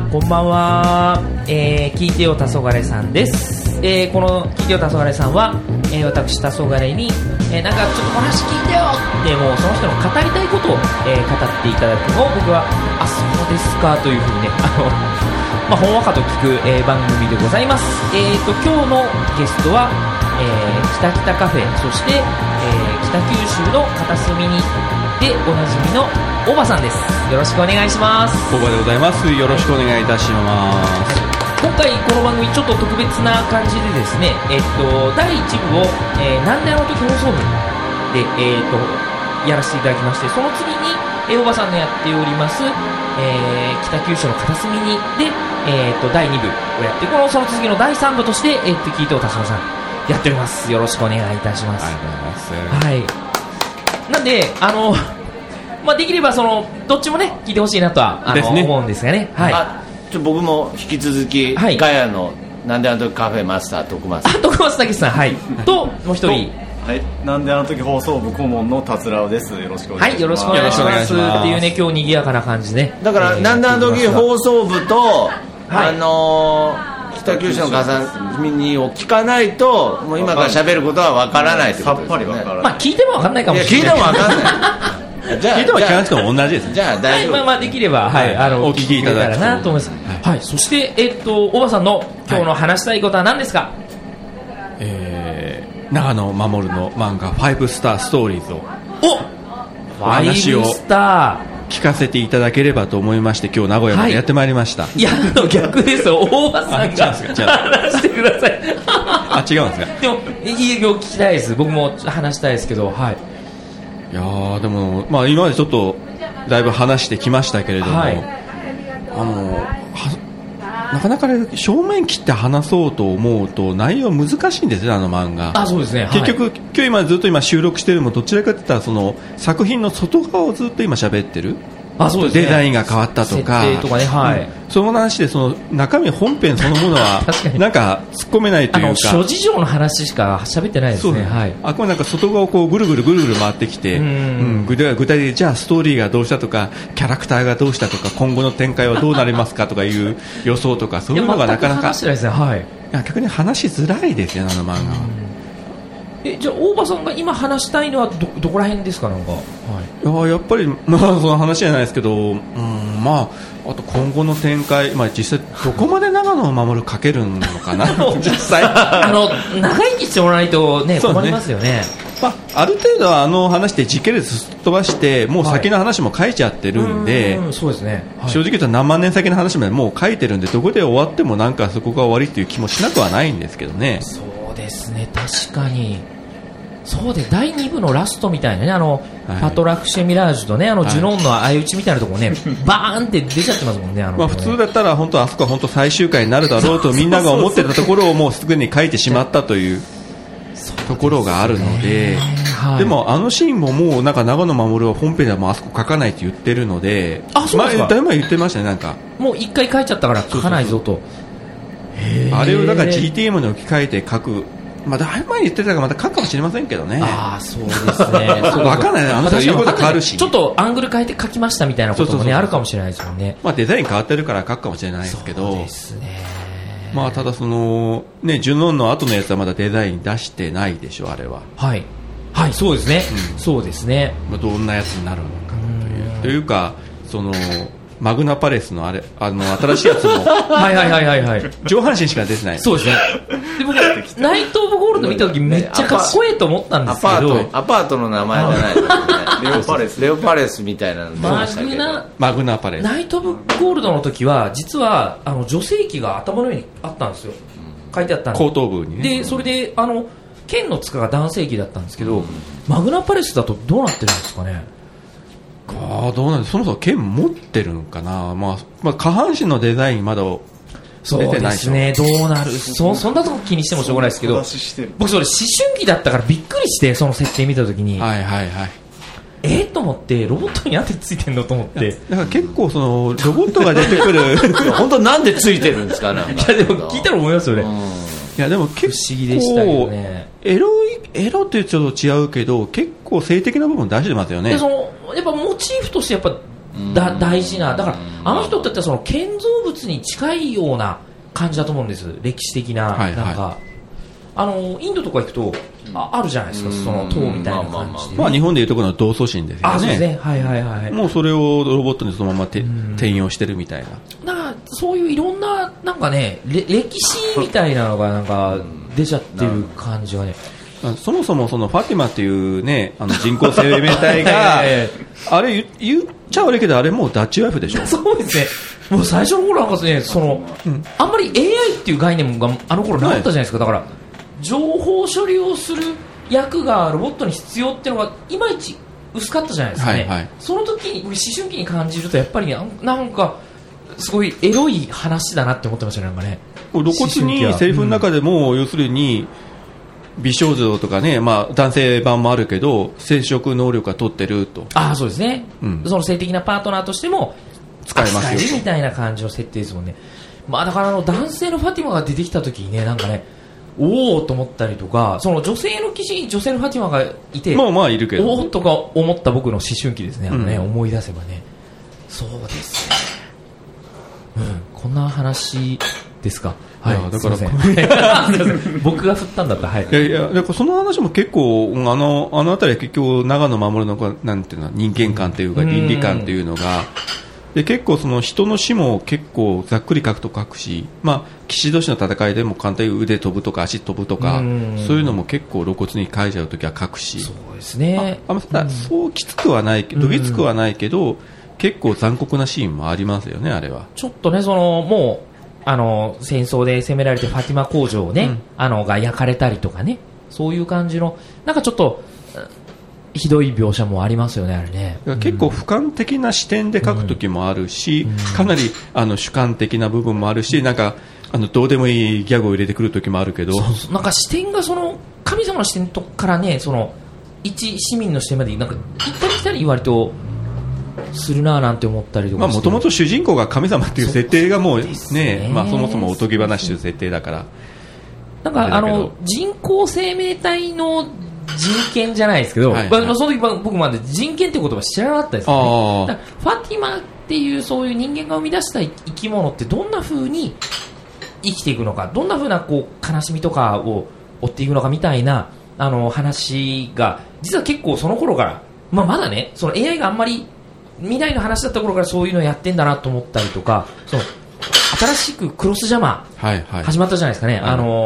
こんばんは、聞いてよたそがれさんです。この聞いてよたそがれさんは、私たそがれに、なんかちょっと話聞いてよってもうその人の語りたいことを、語っていただくのを僕はそうですかというふうにねほんわかと聞く、番組でございます。今日のゲストは、北北カフェ、そして、北九州の片隅にでおなじみのおばさんです。よろしくお願いします。 おばでございます。よろしくお願いいたします。 今回この番組ちょっと特別な感じでですね、第1部を、なんであの時放送部で、やらせていただきまして、その次に、おばさんのやっております、北九州の片隅にで、第2部をやって、その次の第3部として、聞いておたしまさんやっております。よろしくお願いいたします。 ありがとうございます。 はい。なんでできればどっちもね聞いてほしいなとは思うんですがね。はい。 僕も引き続き、 はい、 ガヤのなんであの時カフェマスター徳松武さん、はい、ともう一人、 はい、なんであの時放送部顧問の達郎です。よろしくお願いします。 はい、よろしくお願いしますっていうね、今日賑やかな感じね。 だから、なんであの時放送部と、北九州の片隅を聞かないともう今から喋ることは分からないってことですね。 さっぱり分からない。 聞いても分かんないかもしれない。 聞いても分かんないじゃあ聞いても聞かなくても同じですね。 じゃあ大丈夫。 できれば、はい、 お聞きいただけたらなと思います。はい、そしておばさんの今日の話したいことは何ですか？ 長野守の漫画5スターストーリーズをお話を聞かせていただければと思いまして、今日名古屋までやってまいりました。 いや、逆ですよ。大場さんが話してください。 違うんですか？ でもいいよ、聞きたいです。僕も話したいですけど、はい。 いやでも、今までちょっとだいぶ話してきましたけれども、はい、なかなか、ね、正面切って話そうと思うと内容難しいんですよ、漫画。 そうですね。 結局、はい、今ずっと収録しているのもどちらかといったら作品の外側をずっと今喋ってる。 そうですね、 デザインが変わったとか、 設定とかね、はい、 その話で中身本編そのものはなんか突っ込めないというか、 諸事情の話しか喋ってないですね。はい、 これなんか外側をぐるぐる回ってきて、具体的にじゃあストーリーがどうしたとか、キャラクターがどうしたとか、今後の展開はどうなりますかとかいう予想とか、そういうのがなかなか逆に話しづらいですよ、漫画は。 じゃあ大場さんが今話したいのはどこら辺ですか？なんか、 はい、やっぱり、その話じゃないですけど、あと今後の展開、実際どこまで長野を守るかけるのかな実際長生きしてもらわないと、ね、困りますよね。 ある程度は話で時系列すっ飛ばしてもう先の話も書いちゃってるんで、 そうですね、 正直言うと何万年先の話までもう書いてるんで、どこで終わってもなんかそこが終わりっていう気もしなくはないんですけどね。 そうですね、確かにそうで、第2部のラストみたいなね、パトラクシェミラージュとね、ジュノンの相打ちみたいなところね、バーンって出ちゃってますもんね。 普通だったら本当あそこは本当最終回になるだろうとみんなが思ってたところをもうすぐに書いてしまったというところがあるので、でもシーンももうなんか長野守は本編ではもうあそこ書かないと言ってるので、 そうですか。 だいぶ言ってましたね。なんかもう一回書いちゃったから書かないぞと。 あれをだから GTM に置き換えて書く。だいぶ前に言ってたからまた書くかもしれませんけどね。 そうですね。 わかんないね。あなた言うこと変わるし。 ちょっとアングル変えて書きましたみたいなこともね、あるかもしれないですよね。 デザイン変わってるから書くかもしれないですけど。 そうですね。 ただジュノンの後のやつはまだデザイン出してないでしょ、あれは。 はい。はい、そうですね。そうですね。 どんなやつになるのかというか、マグナパレスの新しいやつも上半身しか出てない。 そうですね。で僕ナイト・オブ・ゴールド見た時めっちゃかっこいいと思ったんですけど、 アパートの名前じゃないですね。レオパレスみたいなの出ましたけど、 マグナパレス。 ナイト・オブ・ゴールドの時は実は女性器が頭の上にあったんですよ。書いてあったんで、 後頭部にね。 でそれで剣の塚が男性器だったんですけど、マグナパレスだとどうなってるんですかね。 どうなんです。そもそも剣持ってるのかな。下半身のデザインまだ出てないでしょ。 そうですね。どうなる。そんなとこ気にしてもしょうがないですけど、僕それ思春期だったからびっくりして、その設定見たときに、と思って、ロボットになんでついてんのと思って。 だから結構ロボットが出てくる本当なんでついてるんですかね。 いやでも聞いたら思いますよね。 いやでも結構不思議でしたけどね。 エロってちょっと違うけど結構性的な部分出してますよね。 でやっぱモチーフとしてやっぱ大事な、だからあの人ってその建造物に近いような感じだと思うんです、歴史的な、 はいはい、 なんかインドとか行くとあるじゃないですか、その塔みたいな感じで、 日本でいうところの同祖神ですよね。 そうですね、はいはいはい、 もうそれをロボットにそのまま転用してるみたいな、 なんかそういういろんななんかね歴史みたいなのがなんか出ちゃってる感じがね。 そもそもそのファティマっていうね、人工生命体があれ言っちゃ悪いけど、あれもうダッチワイフでしょ。 そうですね。もう最初の頃なんかね、あんまり AI っていう概念があの頃なかったじゃないですか。だから情報処理をする役がロボットに必要っていうのがいまいち薄かったじゃないですかね。はいはい、その時に思春期に感じるとやっぱり、ね、なんかすごいエロい話だなって思ってましたね。なんかね、 露骨にセリフの中でも、要するに美少女とかね、男性版もあるけど生殖能力が取ってると。 そうですね、その性的なパートナーとしても使えますよみたいな感じの設定ですもんね。だから男性のファティマが出てきた時にね、なんかね、おおと思ったりとか、その女性の騎士、女性のファティマがいて、 いるけど、 おおとか思った僕の思春期ですね。思い出せばね、そうですね、こんな話ですか。はい、だから僕が振ったんだった。はい。 いやだからその話も結構あの辺りは結局長野守のなんていうの人間観というか倫理観というのが。で結構その人の死も結構ざっくり書くと書くし、騎士同士の戦いでも簡単に腕飛ぶとか足飛ぶとか、そういうのも結構露骨に書いちゃうときは書くし、 そうですね。 そうきつくはないけど、どぎつくはないけど、結構残酷なシーンもありますよね、あれは。 ちょっとね、もう戦争で攻められてファティマ工場をね、が焼かれたりとかね、そういう感じのなんかちょっとひどい描写もありますよね、あれね。 結構俯瞰的な視点で書くときもあるし、かなり主観的な部分もあるし、なんかどうでもいいギャグを入れてくるときもあるけど、 なんか視点が神様の視点からね、一市民の視点までなんか行ったり来たり割とするなぁなんて思ったりとかして、 もともと主人公が神様っていう設定がもうね、そもそもおとぎ話という設定だから、 なんか人工生命体の人権じゃないですけど、その時僕まで人権って言葉知らなかったですよね。だからファティマっていうそういう人間が生み出した生き物ってどんな風に生きていくのか、どんな風な悲しみとかを追っていくのかみたいな話が実は結構その頃から、まだね、その AI があんまり未来の話だった頃からそういうのをやってんだなと思ったりとか、新しくクロスジャマー始まったじゃないですかね。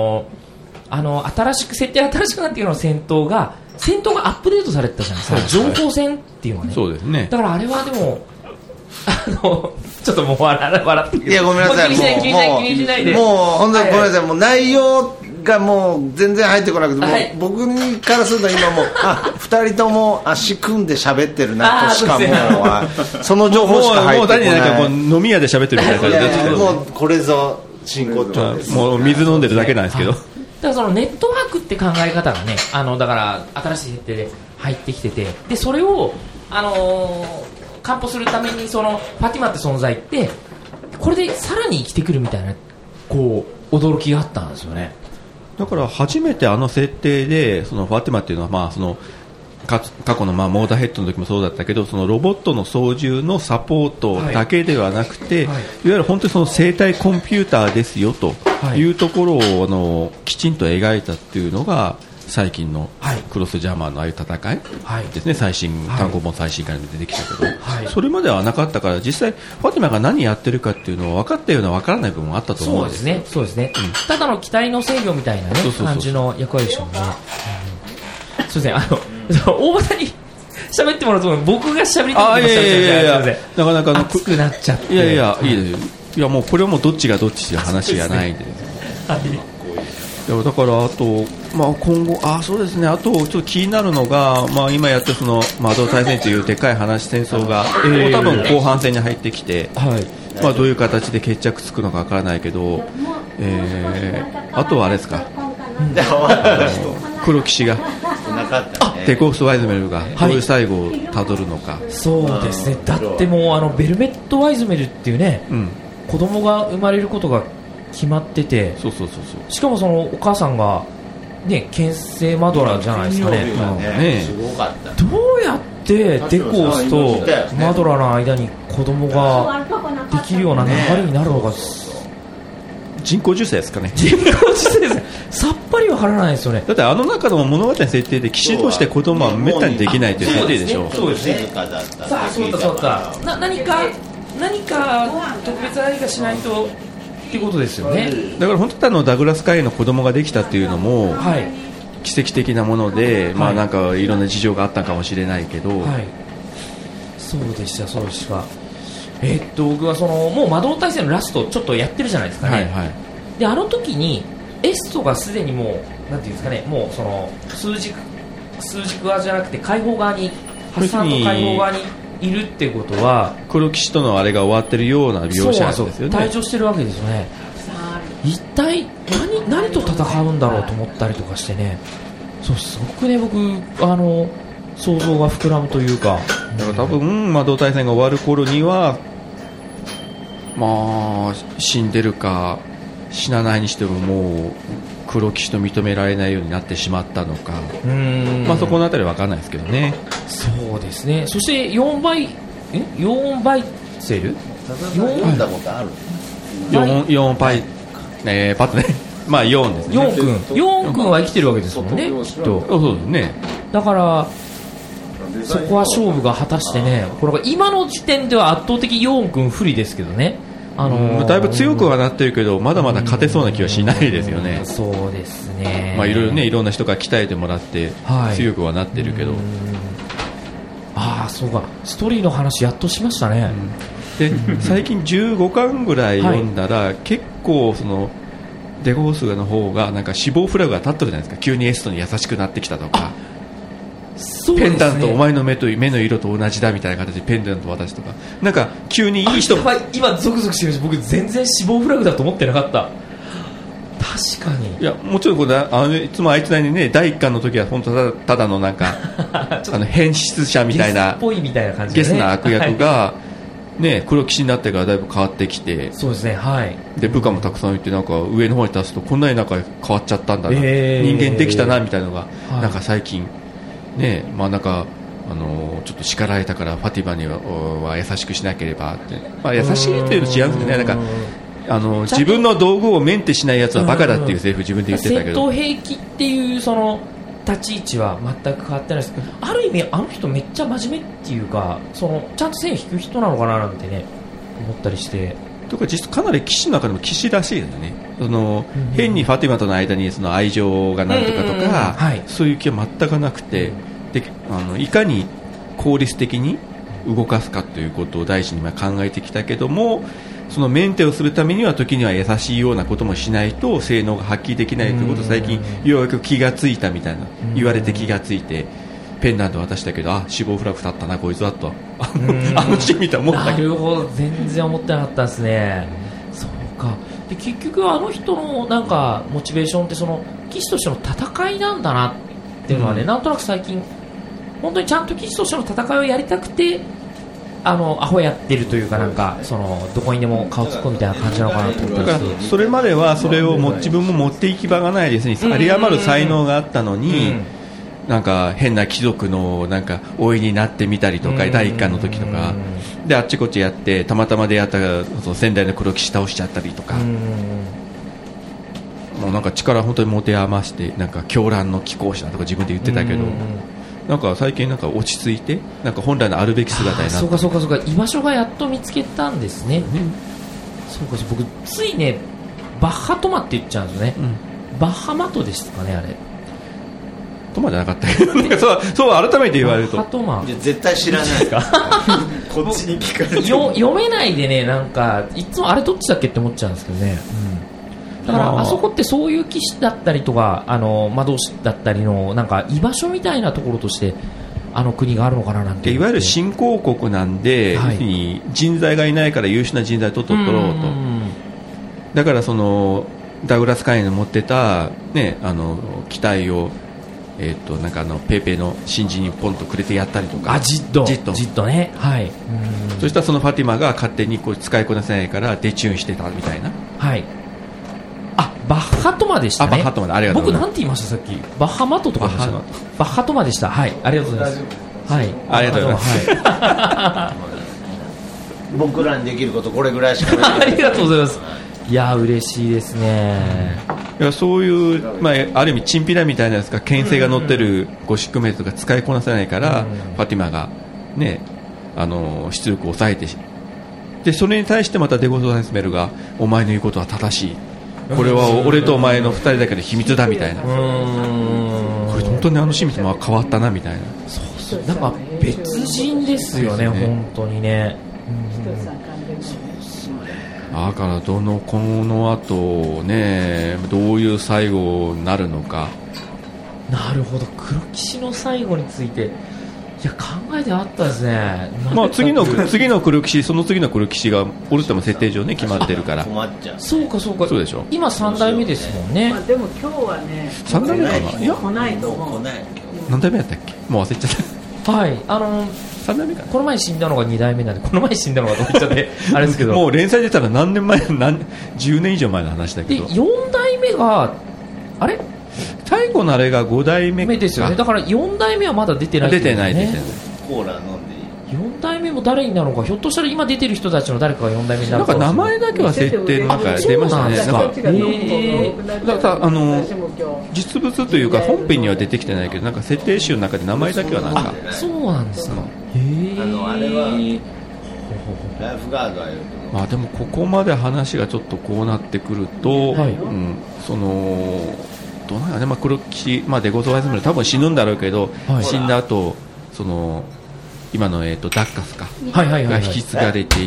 設定新しくなっていうの戦闘がアップデートされてたじゃないですか、情報戦っていうのはね。 そうですね。 だからあれはでもちょっともう笑っていやごめんなさい、 気にしないで、 もう本当にごめんなさい、もう内容がもう全然入ってこなくて、もう僕からすると今もう2人とも足組んで喋ってるなとしかもうその情報しか入ってこない。 もうなんか飲み屋で喋ってるみたいな感じで、 もうこれぞ真骨頂です。 もう水飲んでるだけなんですけど、 だからそのネットワークって考え方がね、だから新しい設定で入ってきてて、でそれを完歩するためにファティマって存在ってこれでさらに生きてくるみたいな驚きがあったんですよね。 だから初めて設定でそのファティマっていうのは過去のモーダーヘッドの時もそうだったけど、そのロボットの操縦のサポートだけではなくて、いわゆる本当にその生体コンピューターですよというところをきちんと描いたっていうのが最近のクロスジャーマーのああいう戦いですね。最新単行本最新回に出てきたけど、それまではなかったから、実際ファティマが何やってるかっていうのを分かったような分からない部分もあったと思うんですよ。 そうですね、ただの機体の制御みたいなね感じの役割でしょうね。すみません、大場さんに喋ってもらうと僕が喋りたくなっちゃって、 なかなか熱くなっちゃって、 いやいいですよ。いやもうこれはもうどっちがどっちっていう話がないんで。いやだからあと、今後そうですね、あとちょっと気になるのが、今やってるその魔導大戦というでかい話戦争が、多分後半戦に入ってきて、どういう形で決着つくのかわからないけど、あとはあれですか、黒騎士がテコース・ワイズメルがどういう最後をたどるのか。 そうですね、だってもうベルメット・ワイズメルっていうね、子供が生まれることが決まってて、しかもそのお母さんがね、牽制マドラーじゃないですかね。 すごかった。 どうやっでデコースとマドラーの間に子供ができるような流れになるのが、 人工授精ですかね。 人工授精ですね。さっぱりわからないですよね。 だってあの中の物語の設定で騎士として子供はめったにできないという設定でしょ。 そうですね。さあ、そうだ。何か特別何かしないとってことですよね。 だから本当にダグラス・カイの子供ができたっていうのも、 はい、 奇跡的なもので、まあなんかいろんな事情があったかもしれないけど、 はい、そうでした。僕はもう魔導大戦のラストちょっとやってるじゃないですかね。であの時にエストがすでにもうなんていうんですかね、もうその数軸側じゃなくて解放側に、発散と解放側にいるってことは、 黒騎士とのあれが終わってるような描写ですよね。 退場してるわけですよね。一体何と戦うんだろうと思ったりとかしてね、そうすごくね僕想像が膨らむというか、 だから多分魔導大戦が終わる頃にはまあ死んでるか死なないにしてももう黒騎士と認められないようになってしまったのか、まあそこのあたりは分からないですけどね。 そうですね。そして4倍セル読んだことある 4倍パッとねまあ4ですね。 4君は生きてるわけですもんね、きっと。 そうですね。 だからそこは勝負が果たしてね、これ今の時点では圧倒的4君不利ですけどね。 だいぶ強くはなってるけどまだまだ勝てそうな気はしないですよね。 そうですね。 まあいろいろね、いろんな人が鍛えてもらって強くはなってるけど、 そうか、ストーリーの話やっとしましたね。 で最近15巻ぐらい読んだら、結構そのデゴースの方がなんか死亡フラグが立ってるじゃないですか。急にエストに優しくなってきたとか、 そうですね、 ペンダントお前の目の色と同じだみたいな形でペンダント渡すとか、なんか急にいい人今ゾクゾクしてるし、僕全然死亡フラグだと思ってなかった。確かに。 いやもちろんこれいつもあいつなりにね、第1巻の時は本当ただのなんか変質者みたいなゲスっぽいみたいな感じで、ね、ゲスな悪役がね、黒騎士になってからだいぶ変わってきて、 そうですね、はい、 で部下もたくさんいて、なんか上の方に立つとこんなになんか変わっちゃったんだな、人間できたなみたいなのが、なんか最近ね、まあなんかちょっと叱られたからファティマには優しくしなければって、まあ、優しいっていうの違うんですけどね、なんか自分の道具をメンテしないやつはバカだっていうセリフ自分で言ってたけど、 戦闘兵器っていうその立ち位置は全く変わってないですけど、ある意味あの人めっちゃ真面目っていうか、ちゃんと線を引く人なのかななんてね思ったりして。 とか実かなり騎士の中でも騎士らしいですね。変にファティマとの間にその愛情がなんとかとか、そういう気は全くなくて、でいかに効率的に動かすかということを第一に考えてきたけども、そのメンテをするためには時には優しいようなこともしないと性能が発揮できないということを最近ようやく気がついたみたいな、言われて気がついてペンダント渡したけど、死亡フラグ立ったなこいつはとシーン見たら思ったけど、 なるほど、全然思ってなかったですね。そうか。で結局あの人のなんかモチベーションってその騎士としての戦いなんだなっていうのはね、なんとなく最近本当にちゃんと騎士としての戦いをやりたくてアホやってるというか、なんかどこにでも顔突っ込むみたいな感じなのかなと思ったんですけど、 それまではそれを自分も持っていき場がないですね、有り余る才能があったのに、なんか変な貴族のなんか甥になってみたりとか、第1巻の時とかであっちこっちやってたまたま出会ったその仙台の黒騎士倒しちゃったりとか、もうなんか力本当に持て余して、なんか狂乱の貴公子だとか自分で言ってたけど、なんか最近なんか落ち着いて、なんか本来のあるべき姿になって、 そうか居場所がやっと見つけたんですね。そうか、僕ついねバッハトマって言っちゃうんですね。バッハマトでしたかね、あれトマじゃなかったけどなんかそう改めて言われると、 バッハトマ絶対知らないこっちに聞かれて読めないでね、なんかいつもあれどっちだっけって思っちゃうんですけどね。だからあそこってそういう騎士だったりとか魔導士だったりのなんか居場所みたいなところとして国があるのかななんて。 いわゆる新興国なんで、人材がいないから優秀な人材を取ろうと、だからそのダグラス・カインの持ってた、ね、機体を、なんかペーペーの新人にポンとくれてやったりとか、 ジットね、はい。 そしたらそのファティマが勝手にこう使いこなせないからデチューンしてたみたいな。 はい。バッハトマでしたね。 バッハトマで、ありがとうございます。 僕なんて言いましたさっき。バッハマトとかでした。バッハトマでした。はい、ありがとうございます。 はい、 ありがとうございます、 はい、僕らにできることこれぐらいしかないありがとうございます。いや嬉しいですね。 いやそういう、まあ、ある意味チンピラみたいなやつが牽制が乗ってるゴシックメイトが使いこなせないから、ファティマが、ね、出力を抑えて、でそれに対してまたデゴゾダイスメルがお前の言うことは正しい、これは俺とお前の2人だけの秘密だみたいな、これ本当にあのシーン見ても変わったなみたいな。 そうなんか別人ですよね、本当にね。 だからこの後ね、どういう最後になるのか。 なるほど、黒騎士の最後について、いや考えてあったですね。 まあ、次の黒騎士、その次の黒騎士がオルテも設定上ね決まってるから。 そうかそうか、 そうでしょ。 今3代目ですもんね。 まあ、でも今日はね、 3代目かな。いや来ないと思う。 何代目やったっけ、もう忘れちゃった。 はい、 3代目かな。 この前死んだのが2代目なんで、この前死んだのがどういっちゃってあれですけどもう連載出たら何年前、10年以上前の話だけど、 で4代目があれ最後のあれが5代目かですよね。だから4代目はまだ出てない、ね、 出てないコーラ飲んでいい。 4代目も誰になるのか、ひょっとしたら今出てる人たちの誰かが4代目になるかもしれない。 なんか名前だけは設定なんか出ましたね。だから実物というか本編には出てきてないけど、なんか設定集の中で名前だけはなんか。 そうなんですか。 あれはライフガードはよく、 まあでもここまで話がちょっとこうなってくると、はい、そのどうなんやね、まあ、黒騎士、まあ、デゴゾワイズムル多分死ぬんだろうけど、はい、死んだ後その今の、ダッカスか、が引き継がれていって、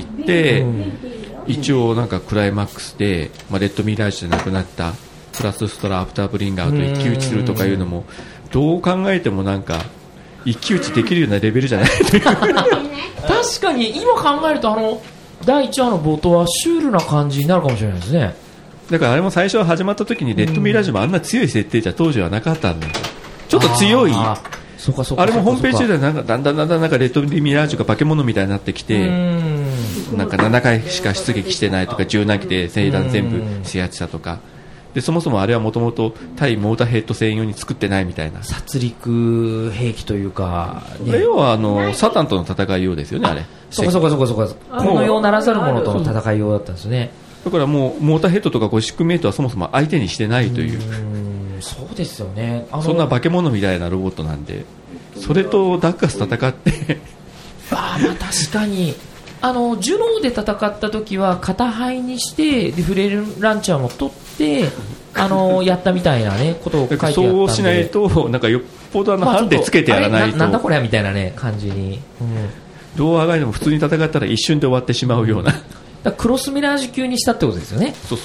一応なんかクライマックスで、まあ、レッドミラージュで亡くなったプラスストラアフターブリンガーと一騎打ちするとかいうのもどう考えてもなんか一騎打ちできるようなレベルじゃない確かに今考えると第1話の冒頭はシュールな感じになるかもしれないですね。 だからあれも最初始まった時にレッドミラージュもあんな強い設定じゃ当時はなかったんで、ちょっと強い、あれもホームページでなんかだんだんなんかレッドミラージュが化け物みたいになってきて、なんか7回しか出撃してないとか10何機で星弾全部制圧したとかで、そもそもあれはもともと対モーターヘッド専用に作ってないみたいな殺戮兵器というか、 ね、要はサタンとの戦い用ですよね、あれ。 そうかこの世ならざる者との戦い用だったんですね。 だからもうモーターヘッドとかゴシックメイトはそもそも相手にしてないという、 そうですよね。 そんな化け物みたいなロボットなんで、それとダッカス戦ってまあ確かにジュノーで戦った時は片肺にしてでフレルランチャーも取ってやったみたいな、ね、ことを書いてあったんで、 そうしないとなんかよっぽどハンデつけてやらないと、 なんだこれみたいな、ね、感じに、 どうあがいても普通に戦ったら一瞬で終わってしまうようなだクロスミラージュ級にしたってことですよね。 そう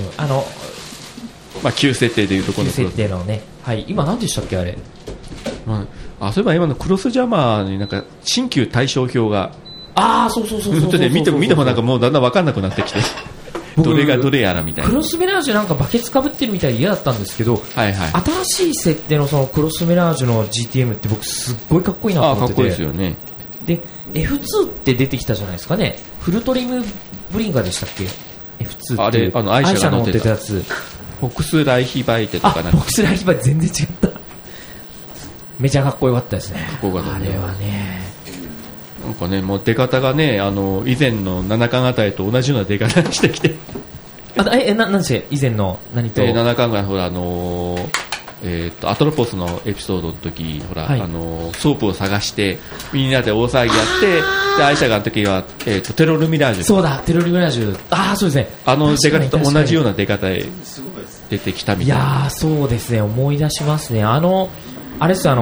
まあ、旧設定でいうところの旧設定のね、はい、今何でしたっけあれ、 そういえば今のクロスジャマーになんか新旧対象表がそう見てもなんかもうだんだん分かんなくなってきてどれがどれやらみたいな。 クロスミラージュなんかバケツかぶってるみたいで嫌だったんですけど、新しい設定のそのクロスミラージュの GTM って僕すっごいかっこいいなと思ってて、 かっこいいですよね。 で F2 って出てきたじゃないですかね。フルトリムブリンガーでしたっけ F2 ってアイシャが乗ってたやつ、 フォックスライヒバイテとかなんか、 フォックスライヒバイテ全然違った。めちゃかっこよかったですね。 かっこよかったね。 あれはね、 なんかね、もう出方がね、以前の七巻あたりと同じような出方してきてなんでしょう、以前の何と七巻がほらアトロポスのエピソードの時ほら、はい、ソープを探してみんなで大騒ぎやってでアイシャガの時は、テロルミラージュ、 そうだテロルミラージュ、そうですね、 出方と同じような出方で出てきたみたいな。 いやそうですね、思い出しますね。あれです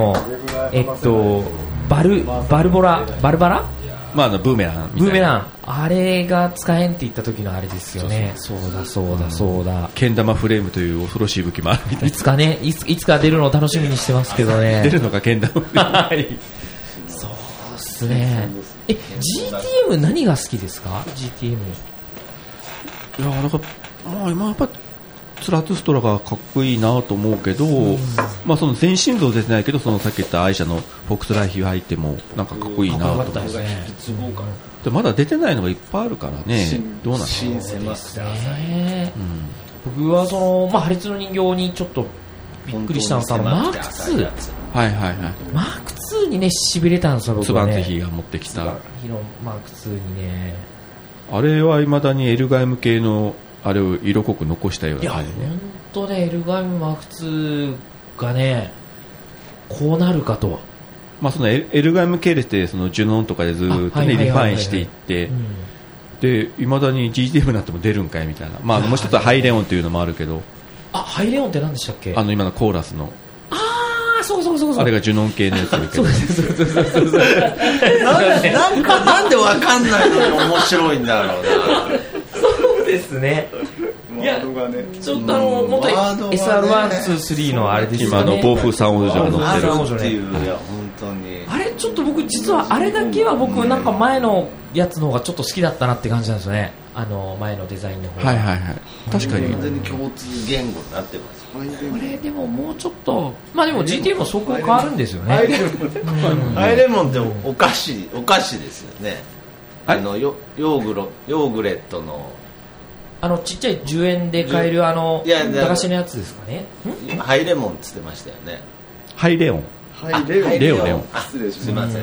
バルバラ、 まあ、ブーメランみたいな、 あれが使えんって言った時のあれですよね。そうだけん玉フレームという恐ろしい武器もあるみたいな。 いつかね、いつか出るのを楽しみにしてますけどね。 出るのかけん玉フレームはい、そうですね。GTM 何が好きですか GTM。 いやなんか、まあ、今やっぱスラトゥストラがかっこいいなと思うけど、まあ、その全身像出てないけど、そのさっき言ったアイシャのフォックスライフ入ってもなんかかっこいいなと思って、でまだ出てないのがいっぱいあるからね、どうなんですかね。 僕は破裂の人形にちょっとびっくりしたのがマーク2 はいはいはい。 マーク2にね痺れたんですよ僕はね。 ツバンツヒが持ってきた。 マーク2にね。 あれは未だにエルガイム系のあれを色濃く残したような感じね。 いや本当ねエルガイムマーク2がねこうなるかと。 まあそのエルガイム系列でそのジュノンとかでずっとねリファインしていって。で未だに GTM になっても出るんかいみたいな、まあ、もう一つはハイレオンというのもあるけど、 ハイレオンって何でしたっけ？ 今のコーラスのそうあれがジュノン系のやつだけど、 なんでわかんないのに面白いんだろうな。 そうですね。いやちょっと元 SR123 のあれですよね。 今の暴風3王女が乗ってるっていう、いや本当にあれちょっと僕実はあれだけは僕なんか前のやつの方がちょっと好きだったなって感じなんですよね。前のデザインの方が。 はいはいはい。確かに完全に共通言語になってます。 これでももうちょっとまあでも GTM もそこ変わるんですよね。 ハイレモンってお菓子ですよね。ヨーグレットのちっちゃい10円で買える駄菓子のやつですかね。 ハイレモンっつってましたよね。 ハイレオン。レオン。 失礼します。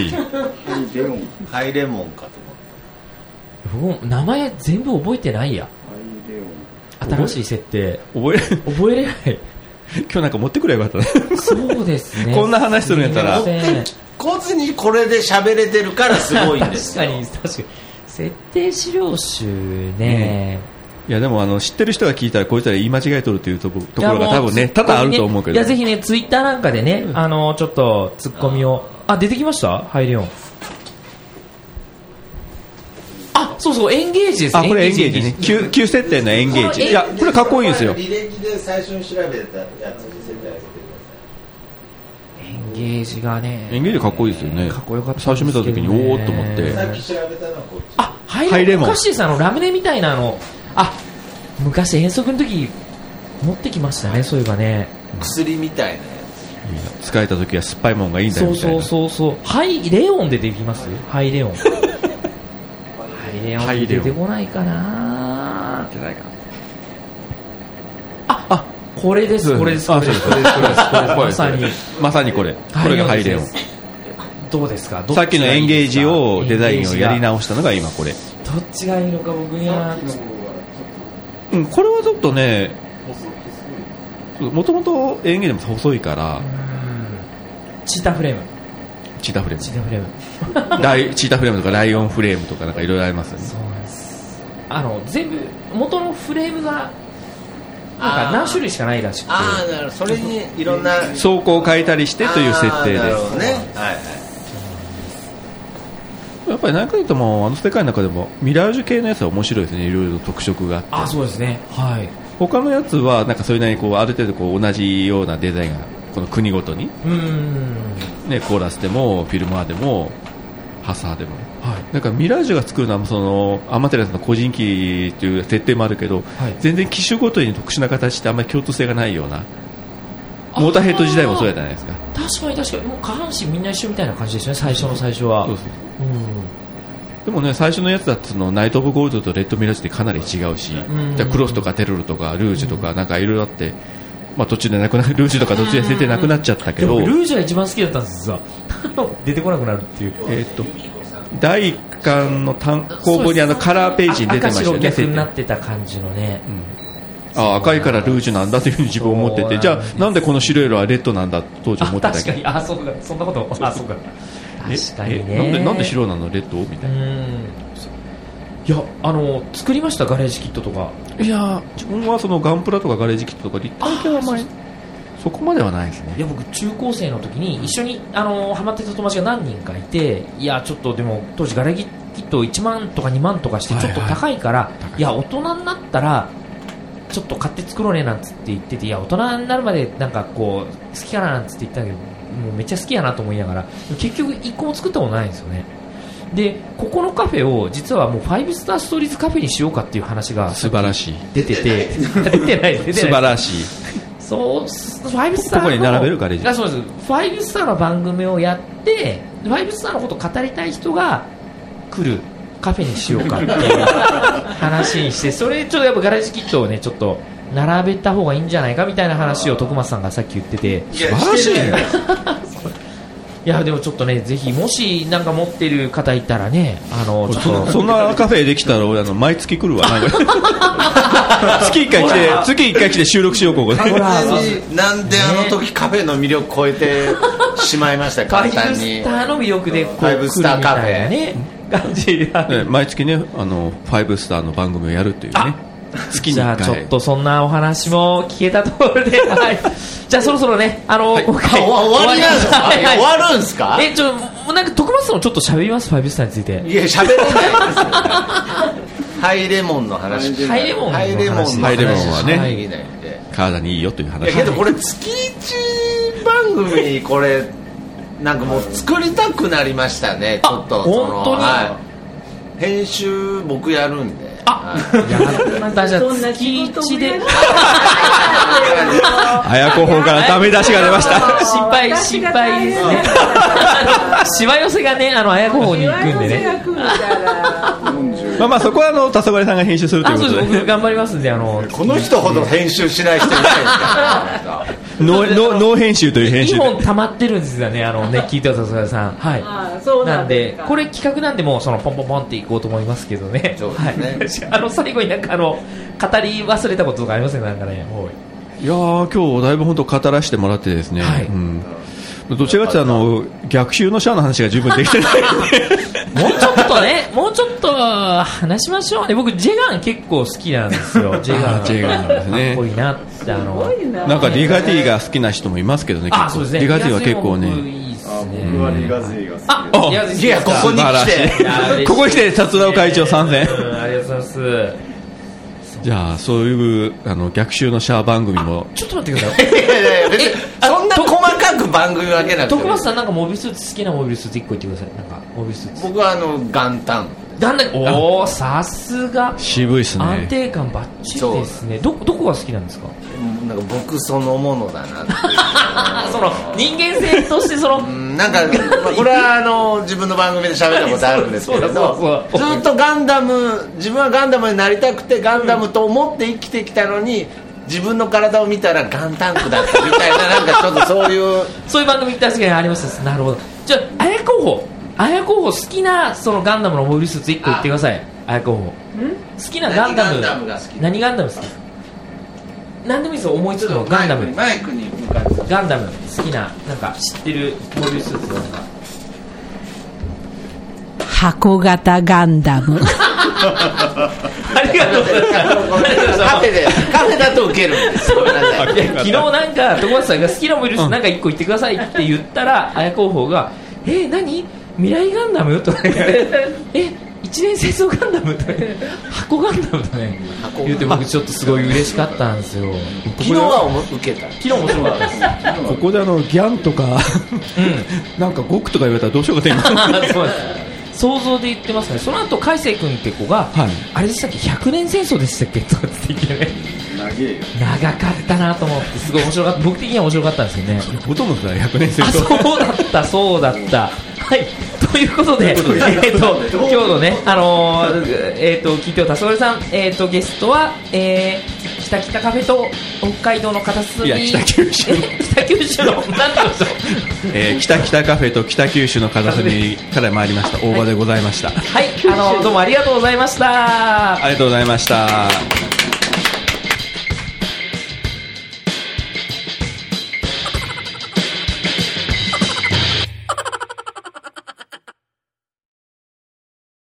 ハイレモンかと思って。僕名前全部覚えてないや。新しい設定覚えれない。 今日なんか持ってくればよかったね。 そうですね。 こんな話するんやったらこずにこれで喋れてるからすごいんですよ。 確かに設定資料集ね。 いやでも知ってる人が聞いたらこいつら言い間違えとるというところが多分ね多々あると思うけど、 いやぜひねツイッターなんかでねちょっとツッコミを出てきましたハイレオン。そうエンゲージです。 これエンゲージね。旧設定のエンゲージ。いやこれかっこいいんですよ。 履歴で最初に調べたやつに設定上げてください。エンゲージがね。 エンゲージかっこいいですよね。 かっこよかった。 最初見た時におーっと思って。 さっき調べたのはこっち。 ハイレモン。昔さラムネみたいな昔遠足の時持ってきましたね。そういえばね。 薬みたいなやつ。使えた時は酸っぱいもんがいいんだよみたいな。 そう。ハイレオンでできます？ハイレオン。ハイレオン出てこないかな。出ないかな。これです。 まさにこれがハイレオン。 どうですか？ さっきのエンゲージをデザインをやり直したのが今これ。 どっちがいいのか僕には。 これはちょっとね、もともとエンゲージも細いから。 チーターフレーム。 チーターフレームとかライオンフレームとかなんかいろいろありますよね。 そうです。全部元のフレームがなんか何種類しかないらしくて。 なるほど。それにいろんな装甲を変えたりしてという設定です。 なるほどね。はい。 やっぱり何か言うとも世界の中でもミラージュ系のやつは面白いですね。いろいろ特色があって。 そうですね。はい。 他のやつはなんかそれなりにある程度同じようなデザインがこの国ごとに。ね、コーラスでもフィルマーでもハサーでも、だからミラージュが作るのはアマテラスの個人機という設定もあるけど、全然機種ごとに特殊な形ってあんまり共通性がないような。モーターヘッド時代もそうやじゃないですか。 確かにもう下半身みんな一緒みたいな感じですね。最初は。そうでもね最初のやつだとナイト・オブ・ゴールドとレッド・ミラージュってかなり違うし、クロスとかテロルとかルージュとかなんかいろいろあって。途中でなくなるルージュとか途中で設定なくなっちゃったけど、 ルージュが一番好きだったんですよ。出てこなくなるっていう。 第1巻の単行本にカラーページに出てましたよね。 赤白逆になってた感じのね。 赤いからルージュなんだというふうに自分思ってて、じゃあなんでこの白い色はレッドなんだと当時思ってたけど。 確かにそうかそんなことそうか。確かにね。 なんで白なのレッドみたいな。 いや作りましたガレージキットとか。 いや自分はガンプラとかガレージキットとか立体系はそこまではないですね。 いや僕中高生の時に一緒にハマってた友達が何人かいて、いやちょっとでも当時ガレージキット1万とか2万とかしてちょっと高いから、いや大人になったらちょっと買って作ろうねなんつって言ってて、いや大人になるまでなんか好きかななんつって言ったけど、もうめっちゃ好きやなと思いながら結局1個も作ったことないんですよね。でここのカフェを実はもう5スターストーリーズカフェにしようかっていう話が素晴らしい出てて出てない素晴らしい。 5スターのここに並べるガレージ。 そうです。5スターの番組をやって5スターのことを語りたい人が来るカフェにしようかっていう話にして、それちょっとやっぱガレージキットをねちょっと並べた方がいいんじゃないかみたいな話を徳松さんがさっき言ってて、 素晴らしいね。 いやでもちょっとね、ぜひもしなんか持ってる方いたらね、ちょっとそんなカフェできたら俺毎月来るわ。月1回来て収録しようここで。 ほら、なんであの時カフェの魅力超えてしまいました簡単に。 5スターの魅力でこう 5スターカフェね感じで、 毎月ね5スターの番組をやるっていうね。月にじゃあちょっとそんなお話も聞けたところで、はい、じゃあそろそろね今回終わりなんですか？終わるんですか？ なんか徳松さんもちょっと喋ります5スターについて。 いや喋れないですよ。ハイレモンの話。 ハイレモンはね、体にいいよという話。 いやけどこれ月1番組これなんかもう作りたくなりましたね。ちょっと本当に、 編集僕やるんで。 またじゃあ月1で綾子方からダメ出しが出ました。 心配ですね。しわ寄せがね、綾子方に行くんでね。 まあそこは黄昏さんが編集するということで。 僕頑張りますんで、 この人ほど編集しない人いないですか？ ノー編集という編集。 2本溜まってるんですよね、聞いてた黄昏さん。はい。なんでこれ企画なんでもうポンポンポンっていこうと思いますけどね。 そうですね。 最後になんか語り忘れたこととかありませんか？なんかね。 いや今日だいぶ本当語らせてもらってですね。はい。どちらかというと逆襲のシャアの話が十分できてない。 もうちょっと話しましょうね。僕ジェガン結構好きなんですよ。ジェガンですね。かっこいいなってなんかリガディが好きな人もいますけどね。 そうですね。 リガディは結構ね。 僕はリガゼイが好きです。 いやここに来てここに来て達郎会長参戦。 ありがとうございます。 じゃあそういう逆襲のシャア番組もちょっと待ってください。 いや別にそんな細かく番組分けなくて。 徳松さんなんかモビルスーツ好きなモビルスーツ1個言ってください。なんかモビルスーツ。 僕はガンタン。 おお、さすが。 渋いですね。 安定感バッチリですね。どこが好きなんですか？ なんか僕そのものだなって。 その人間性としてなんかこれは自分の番組で喋ったことあるんですけれど、ずっと自分はガンダムになりたくてガンダムと思って生きてきたのに、自分の体を見たらガンタンクだったみたいな、なんかちょっとそういう番組確かにあります。なるほど。じゃあ綾候補好きなガンダムのモビルスーツ1個言ってください。綾候補好きなガンダム何ガンダム好き？何でもいいですよ。思いつくのガンダム。 マイクに向かってガンダム好きななんか知ってるモビルスーツなんか。 箱型ガンダム。 ありがとうございます。 カフェだとウケるんです。 昨日なんか徳松さんが好きなモビルスーツなんか1個言ってくださいって言ったら、綾候補が何未来ガンダムとか一年戦争ガンダムとか箱ガンダムとね言って僕ちょっとすごい嬉しかったんですよ。 昨日は受けた。 昨日面白かったです。 ここでギャンとかなんかゴクとか言われたらどうしようかってそうです。想像で言ってますね。その後海星君って子が、あれでしたっけ、100年戦争でしたっけとかって言ってね、長かったなと思ってすごい面白かった。僕的には面白かったんですよね。 ほとんどが100年戦争。 そうだったはい、ということで今日のね聞いてよ黄昏さん、ゲストは、北カフェと北海道の片隅、 北九州の何て言うんでしょう、 北カフェと北九州の片隅から参りました大場でございました。 はい、どうもありがとうございました。 ありがとうございました。